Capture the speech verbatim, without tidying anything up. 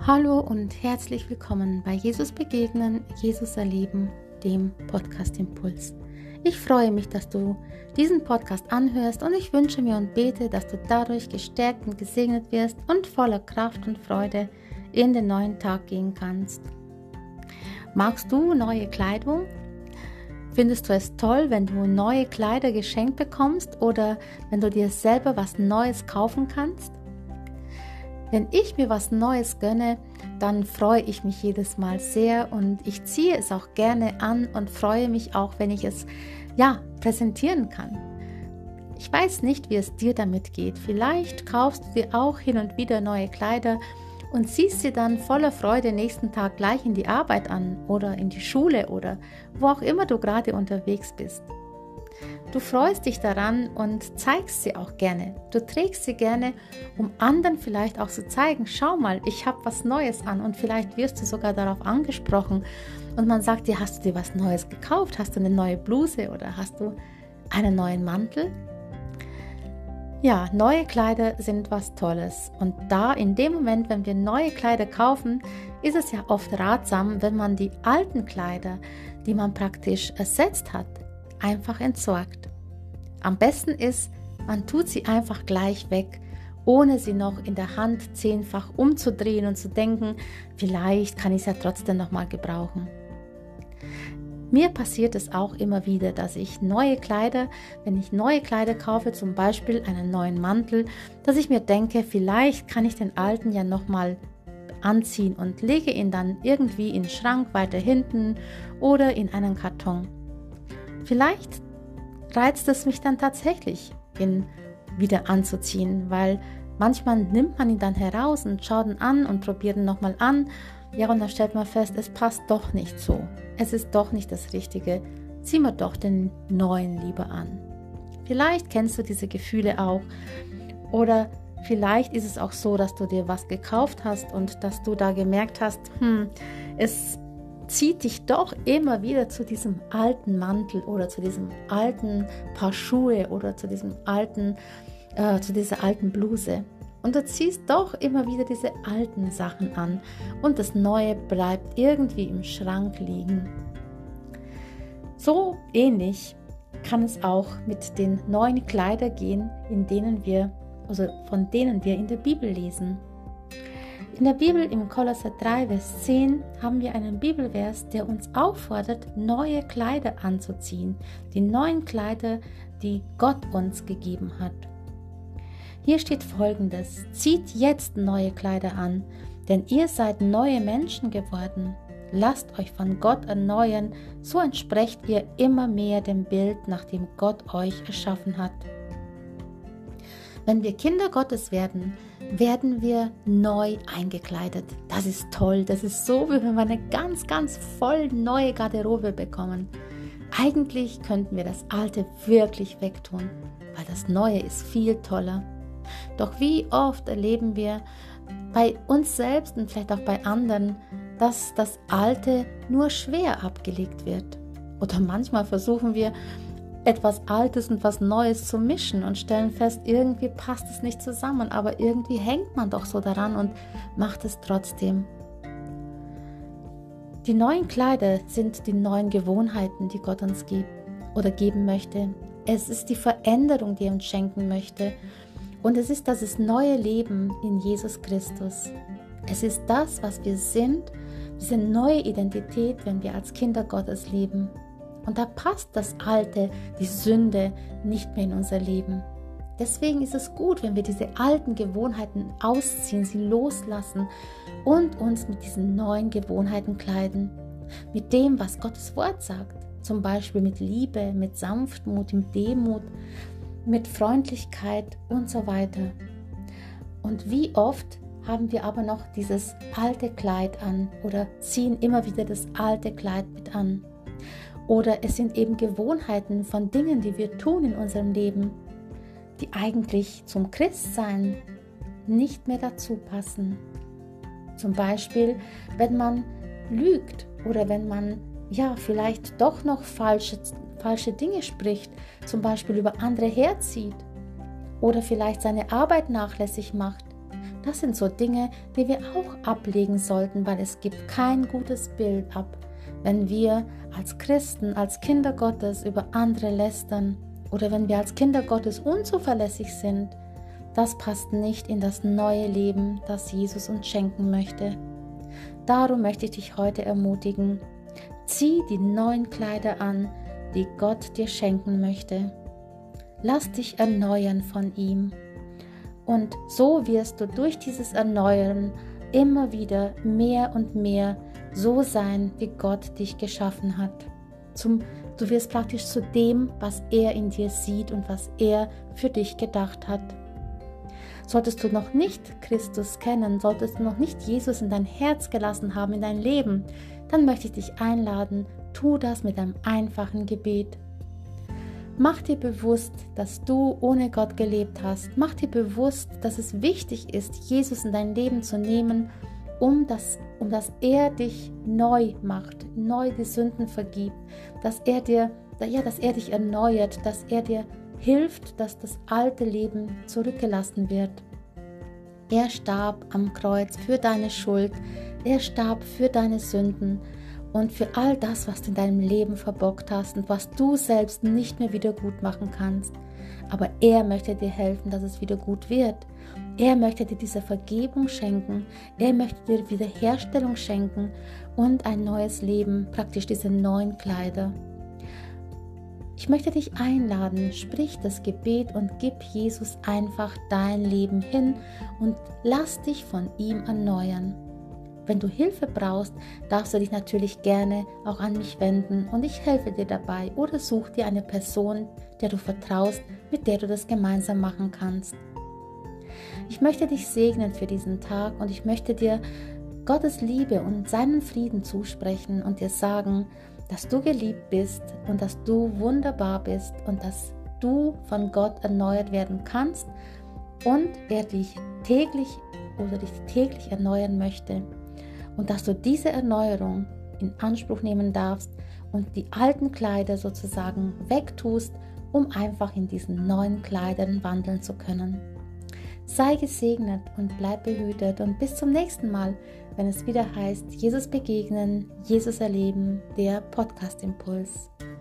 Hallo und herzlich willkommen bei Jesus begegnen, Jesus erleben, dem Podcast Impuls. Ich freue mich, dass du diesen Podcast anhörst und ich wünsche mir und bete, dass du dadurch gestärkt und gesegnet wirst und voller Kraft und Freude in den neuen Tag gehen kannst. Magst du neue Kleidung? Findest du es toll, wenn du neue Kleider geschenkt bekommst oder wenn du dir selber was Neues kaufen kannst? Wenn ich mir was Neues gönne, dann freue ich mich jedes Mal sehr und ich ziehe es auch gerne an und freue mich auch, wenn ich es ja präsentieren kann. Ich weiß nicht, wie es dir damit geht. Vielleicht kaufst du dir auch hin und wieder neue Kleider und ziehst sie dann voller Freude nächsten Tag gleich in die Arbeit an oder in die Schule oder wo auch immer du gerade unterwegs bist. Du freust dich daran und zeigst sie auch gerne. Du trägst sie gerne, um anderen vielleicht auch zu zeigen, schau mal, ich habe was Neues an und vielleicht wirst du sogar darauf angesprochen und man sagt dir, hast du dir was Neues gekauft? Hast du eine neue Bluse oder hast du einen neuen Mantel? Ja, neue Kleider sind was Tolles und da in dem Moment, wenn wir neue Kleider kaufen, ist es ja oft ratsam, wenn man die alten Kleider, die man praktisch ersetzt hat, einfach entsorgt. Am besten ist, man tut sie einfach gleich weg, ohne sie noch in der Hand zehnfach umzudrehen und zu denken, vielleicht kann ich es ja trotzdem noch mal gebrauchen. Mir passiert es auch immer wieder, dass ich neue Kleider, wenn ich neue Kleider kaufe, zum Beispiel einen neuen Mantel, dass ich mir denke, vielleicht kann ich den alten ja noch mal anziehen und lege ihn dann irgendwie in den Schrank weiter hinten oder in einen Karton. Vielleicht reizt es mich dann tatsächlich, ihn wieder anzuziehen, weil manchmal nimmt man ihn dann heraus und schaut ihn an und probiert ihn nochmal an. Ja, und dann stellt man fest, es passt doch nicht so. Es ist doch nicht das Richtige. Zieh mir doch den neuen lieber an. Vielleicht kennst du diese Gefühle auch. Oder vielleicht ist es auch so, dass du dir was gekauft hast und dass du da gemerkt hast, hm, es zieht dich doch immer wieder zu diesem alten Mantel oder zu diesem alten Paar Schuhe oder zu diesem alten, äh, zu dieser alten Bluse. Und du ziehst doch immer wieder diese alten Sachen an und das Neue bleibt irgendwie im Schrank liegen. So ähnlich kann es auch mit den neuen Kleidern gehen, in denen wir, also von denen wir in der Bibel lesen. In der Bibel im Kolosser drei, Vers zehn haben wir einen Bibelvers, der uns auffordert, neue Kleider anzuziehen, die neuen Kleider, die Gott uns gegeben hat. Hier steht Folgendes: Zieht jetzt neue Kleider an, denn ihr seid neue Menschen geworden. Lasst euch von Gott erneuern, so entsprecht ihr immer mehr dem Bild, nach dem Gott euch erschaffen hat. Wenn wir Kinder Gottes werden, werden wir neu eingekleidet. Das ist toll. Das ist so, wie wenn wir eine ganz, ganz voll neue Garderobe bekommen. Eigentlich könnten wir das Alte wirklich wegtun, weil das Neue ist viel toller. Doch wie oft erleben wir bei uns selbst und vielleicht auch bei anderen, dass das Alte nur schwer abgelegt wird. Oder manchmal versuchen wir, etwas Altes und was Neues zu mischen und stellen fest, irgendwie passt es nicht zusammen, aber irgendwie hängt man doch so daran und macht es trotzdem. Die neuen Kleider sind die neuen Gewohnheiten, die Gott uns gibt oder geben möchte. Es ist die Veränderung, die er uns schenken möchte. Und es ist das neue Leben in Jesus Christus. Es ist das, was wir sind, diese neue Identität, wenn wir als Kinder Gottes leben. Und da passt das Alte, die Sünde, nicht mehr in unser Leben. Deswegen ist es gut, wenn wir diese alten Gewohnheiten ausziehen, sie loslassen und uns mit diesen neuen Gewohnheiten kleiden. Mit dem, was Gottes Wort sagt. Zum Beispiel mit Liebe, mit Sanftmut, mit Demut, mit Freundlichkeit und so weiter. Und wie oft haben wir aber noch dieses alte Kleid an oder ziehen immer wieder das alte Kleid mit an. Oder es sind eben Gewohnheiten von Dingen, die wir tun in unserem Leben, die eigentlich zum Christsein nicht mehr dazu passen. Zum Beispiel, wenn man lügt oder wenn man ja vielleicht doch noch falsche, falsche Dinge spricht, zum Beispiel über andere herzieht oder vielleicht seine Arbeit nachlässig macht. Das sind so Dinge, die wir auch ablegen sollten, weil es gibt kein gutes Bild ab, wenn wir als Christen, als Kinder Gottes über andere lästern oder wenn wir als Kinder Gottes unzuverlässig sind. Das passt nicht in das neue Leben, das Jesus uns schenken möchte. Darum möchte ich dich heute ermutigen, zieh die neuen Kleider an, die Gott dir schenken möchte. Lass dich erneuern von ihm. Und so wirst du durch dieses Erneuern immer wieder mehr und mehr so sein, wie Gott dich geschaffen hat. Zum, du wirst praktisch zu dem, was er in dir sieht und was er für dich gedacht hat. Solltest du noch nicht Christus kennen, solltest du noch nicht Jesus in dein Herz gelassen haben, in dein Leben, dann möchte ich dich einladen, tu das mit einem einfachen Gebet. Mach dir bewusst, dass du ohne Gott gelebt hast. Mach dir bewusst, dass es wichtig ist, Jesus in dein Leben zu nehmen, um, das, um dass er dich neu macht, neu die Sünden vergibt, dass er dir, ja, dass er dich erneuert, dass er dir hilft, dass das alte Leben zurückgelassen wird. Er starb am Kreuz für deine Schuld, er starb für deine Sünden und für all das, was du in deinem Leben verbockt hast und was du selbst nicht mehr wieder gut machen kannst. Aber er möchte dir helfen, dass es wieder gut wird. Er möchte dir diese Vergebung schenken, er möchte dir Wiederherstellung schenken und ein neues Leben, praktisch diese neuen Kleider. Ich möchte dich einladen, sprich das Gebet und gib Jesus einfach dein Leben hin und lass dich von ihm erneuern. Wenn du Hilfe brauchst, darfst du dich natürlich gerne auch an mich wenden und ich helfe dir dabei oder such dir eine Person, der du vertraust, mit der du das gemeinsam machen kannst. Ich möchte dich segnen für diesen Tag und ich möchte dir Gottes Liebe und seinen Frieden zusprechen und dir sagen, dass du geliebt bist und dass du wunderbar bist und dass du von Gott erneuert werden kannst und er dich täglich oder dich täglich erneuern möchte und dass du diese Erneuerung in Anspruch nehmen darfst und die alten Kleider sozusagen wegtust, um einfach in diesen neuen Kleidern wandeln zu können. Sei gesegnet und bleib behütet und bis zum nächsten Mal, wenn es wieder heißt, Jesus begegnen, Jesus erleben, der Podcast Impuls.